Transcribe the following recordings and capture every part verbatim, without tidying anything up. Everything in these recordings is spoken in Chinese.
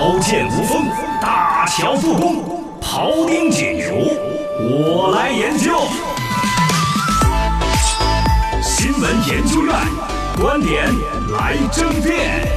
刀剑无锋，大乔复工，庖丁解牛，我来研究。新闻研究院观点来争辩。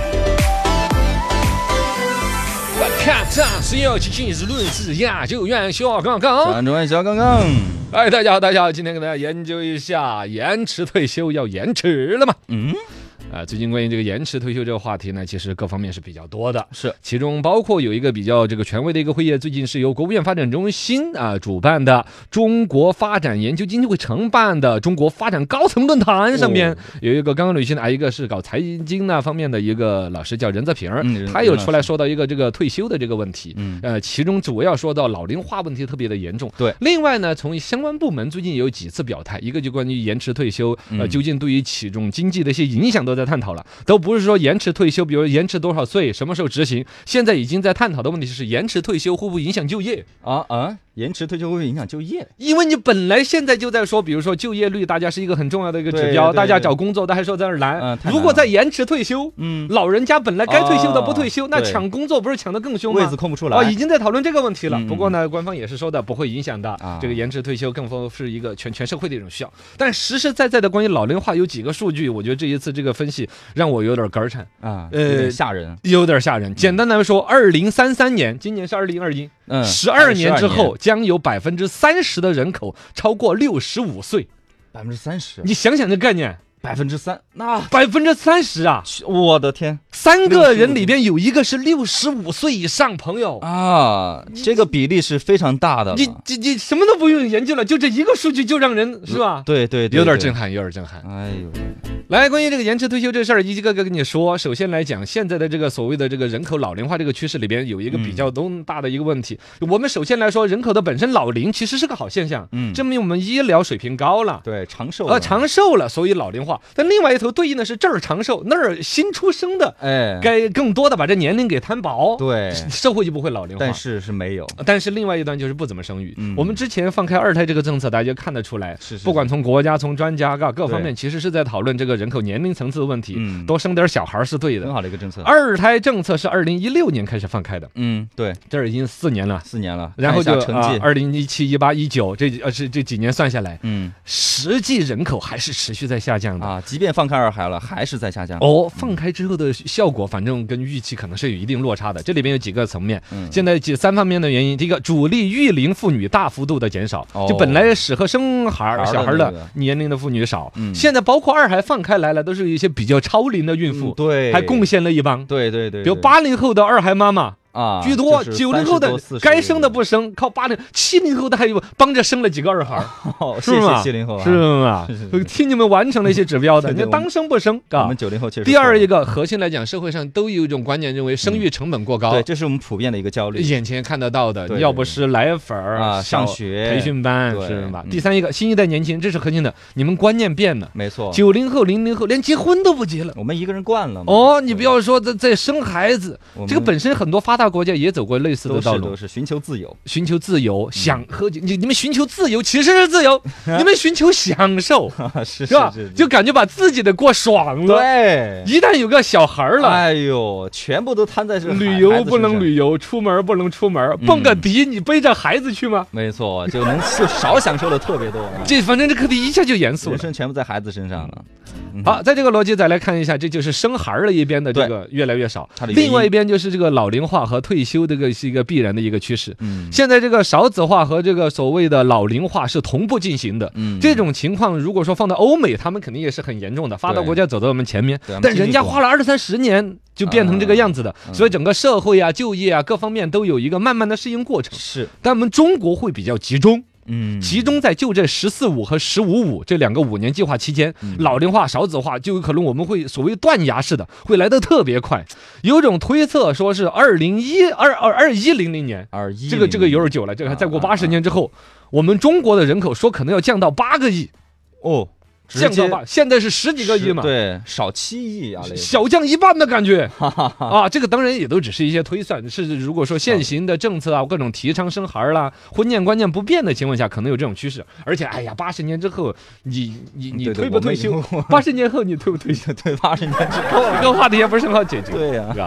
我看这是要去今日论事研究院小刚刚， 山中小刚刚。 哎，大家好，大家好，今天跟大家研究一下延迟退休要延迟了吗？ 嗯。 啊，最近关于这个延迟退休这个话题呢，其实各方面是比较多的， 是其中包括有一个比较这个权威的一个会议，最近是由国务院发展中心啊主办的，中国发展研究基金会承办的中国发展高层论坛上面、哦、有一个刚刚旅行的啊，一个是搞财经那方面的一个老师叫任泽平、嗯、他有出来说到一个这个退休的这个问题，嗯，呃，其中主要说到老龄化问题特别的严重， 对。 另外呢，从相关部门最近有几次表态，一个就关于延迟退休，呃，究竟对于其中经济的一些影响都在探讨了，都不是说延迟退休，比如延迟多少岁，什么时候执行，现在已经在探讨的问题是延迟退休会不会影响就业啊啊！延迟退休会不会影响就业？ 因为你本来现在就在说，比如说就业率，大家是一个很重要的一个指标，大家找工作都还说在那儿难、嗯。如果再延迟退休，嗯，老人家本来该退休的不退休，哦、那抢工作不是抢得更凶吗？ 位子空不出来。 哦，已经在讨论这个问题了。嗯、不过呢，官方也是说的不会影响的。啊、这个延迟退休更丰是一个全全社会的一种需要。但实实在在的关于老龄化有几个数据，我觉得这一次这个分析让我有点肝颤啊，有点吓人， 有点吓人。简单来说，二零三三年，今年是二零二一，嗯，十二年之后将有百分之三十的人口超过六十五岁， 百分之三十， 你想想这概念， 百分之三，那百分之三十啊！ 我的天， 三个人里边有一个是六十五岁以上，朋友啊，这个比例是非常大的。 你你你什么都不用研究了，就这一个数据就让人是吧？ 对 对, 对, 对， 有点震撼，有点震撼。 哎呦， 来，关于这个延迟退休这事儿，一个个跟你说。首先来讲，现在的这个所谓的这个人口老龄化这个趋势里边，有一个比较东大的一个问题。嗯、我们首先来说，人口的本身老龄其实是个好现象，嗯，证明我们医疗水平高了， 对，长寿了， 呃，长寿了，所以老龄化。但另外一头对应的是这儿长寿，那儿新出生的，哎，该更多的把这年龄给摊薄， 对， 社会就不会老龄化。 但是是没有， 但是另外一端就是不怎么生育。嗯、我们之前放开二胎这个政策，大家就看得出来， 是是是， 不管从国家、从专家各各方面，其实是在讨论这个人口年龄层次的问题。嗯，多生点小孩是对的， 很好的一个政策。 二胎政策是二零一六年开始放开的， 嗯，对， 这已经四年了， 四年了。 然后就啊，二零一七、一八、一九这呃是这几年算下来，嗯，实际人口还是持续在下降的啊。即便放开二孩了，还是在下降。 哦，放开之后的效果，反正跟预期可能是有一定落差的。这里边有几个层面，嗯、现在几三方面的原因。第一个，主力育龄妇女大幅度的减少，哦、就本来适合生孩儿小孩的年龄的妇女少，嗯、现在包括二孩放开来了，都是一些比较超龄的孕妇，嗯、 对， 还贡献了一帮， 对对 对, 对， 比如八零后的二孩妈妈。 啊， 居多，九零后的该生的不生，靠八零七零后的还有帮着生了几个二孩， 哦、是吗？七零后是吗？替你们完成了一些指标的，你当生不生？ 我们九零后确实。 第二一个核心来讲，社会上都有一种观念，认为生育成本过高， 对，这是我们普遍的一个焦虑。 眼前看得到的，要不是奶粉啊、 上学培训班，是吧？第三一个，新一代年轻人，这是核心的，你们观念变了， 没错。 九零后、零零后连结婚都不结了， 我们一个人惯了。 哦，你不要说在在生孩子，这个本身很多发达国家也走过类似的道路， 都是寻求自由， 寻求自由，想喝酒，你你们寻求自由其实是自由，你们寻求享受， 是是吧？就感觉把自己的过爽了。 对， 一旦有个小孩了， 哎呦，全部都摊在这。 旅游不能旅游，出门不能出门，蹦个迪你背着孩子去吗？ 没错，就能就少享受的特别多。 这反正这课题一下就严肃了， 人生全部在孩子身上了。 好，在这个逻辑再来看一下，这就是生孩的一边的这个越来越少，另外一边就是这个老龄化和退休这个是一个必然的一个趋势。嗯，现在这个少子化和这个所谓的老龄化是同步进行的。嗯，这种情况如果说放到欧美，他们肯定也是很严重的，发达国家走在我们前面，但人家花了二三十年就变成这个样子的，所以整个社会啊、就业啊各方面都有一个慢慢的适应过程。 是， 但我们中国会比较集中。 嗯， 集中在就这十四五和十五五这两个五年计划期间，嗯、老龄化、少子化就有可能我们会所谓断崖式的会来得特别快。有种推测说是二零一二二二一零零年， 二一这个这个有点久了，这个再过八十年之后，我们中国的人口说可能要降到八个亿哦。 降到吧，现在是十几个亿嘛， 对，少七亿啊， 小降一半的感觉啊。这个当然也都只是一些推算，是如果说现行的政策啊，各种提倡生孩啦，婚恋观念不变的情况下，可能有这种趋势。而且，哎呀，八十年之后，你你你退不退休？八十年后你退不退休？ 对，八十年之后这个话题也不是很好解决， 对呀， 是吧？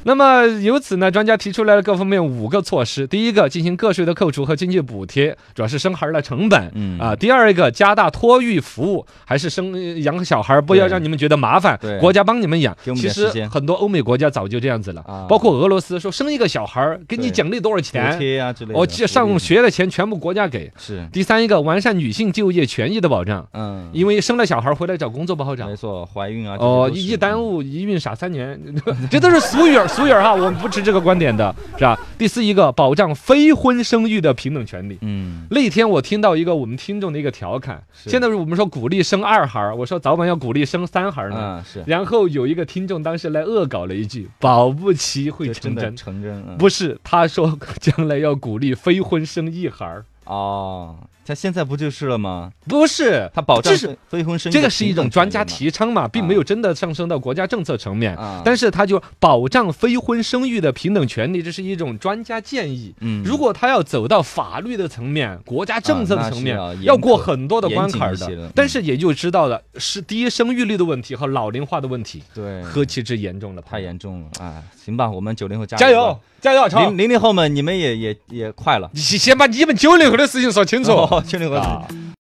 那么由此呢，专家提出来了各方面五个措施。第一个，进行个税的扣除和经济补贴，主要是生孩儿的成本。嗯啊，第二个，加大托育服务，还是生养小孩不要让你们觉得麻烦，国家帮你们养。其实很多欧美国家早就这样子了，啊、包括俄罗斯说生一个小孩给你奖励多少钱， 补贴啊之类的， 我、哦、上学的钱全部国家给。 是。 第三一个，完善女性就业权益的保障。嗯，因为生了小孩回来找工作不好找。 没错，怀孕啊。 哦，一耽误一孕傻三年，这都是俗语儿，俗语儿哈，我们不持这个观点的，是吧？第四一个，保障非婚生育的平等权利。嗯，那天我听到一个我们听众的一个调侃，现在我们说鼓励生二孩，我说早晚要鼓励生三孩呢。嗯，是。然后有一个听众当时来恶搞了一句，保不齐会成真。 成真、嗯、 不是，他说将来要鼓励非婚生一孩。 哦，他现在不就是了吗？ 不是， 他保障非婚生育， 这个是一种专家提倡嘛，并没有真的上升到国家政策层面。啊、但是他就保障非婚生育的平等权利，这是一种专家建议。嗯，如果他要走到法律的层面、国家政策的层面，啊、要, 要过很多的关卡的。嗯、但是也就知道了，是低生育率的问题和老龄化的问题， 对， 何其之严重了， 太严重了啊！行吧，我们九零后加加油。加油！ 零零零后们，你们也也也快了。 你先把你们九零后的事情说清楚。 九零后。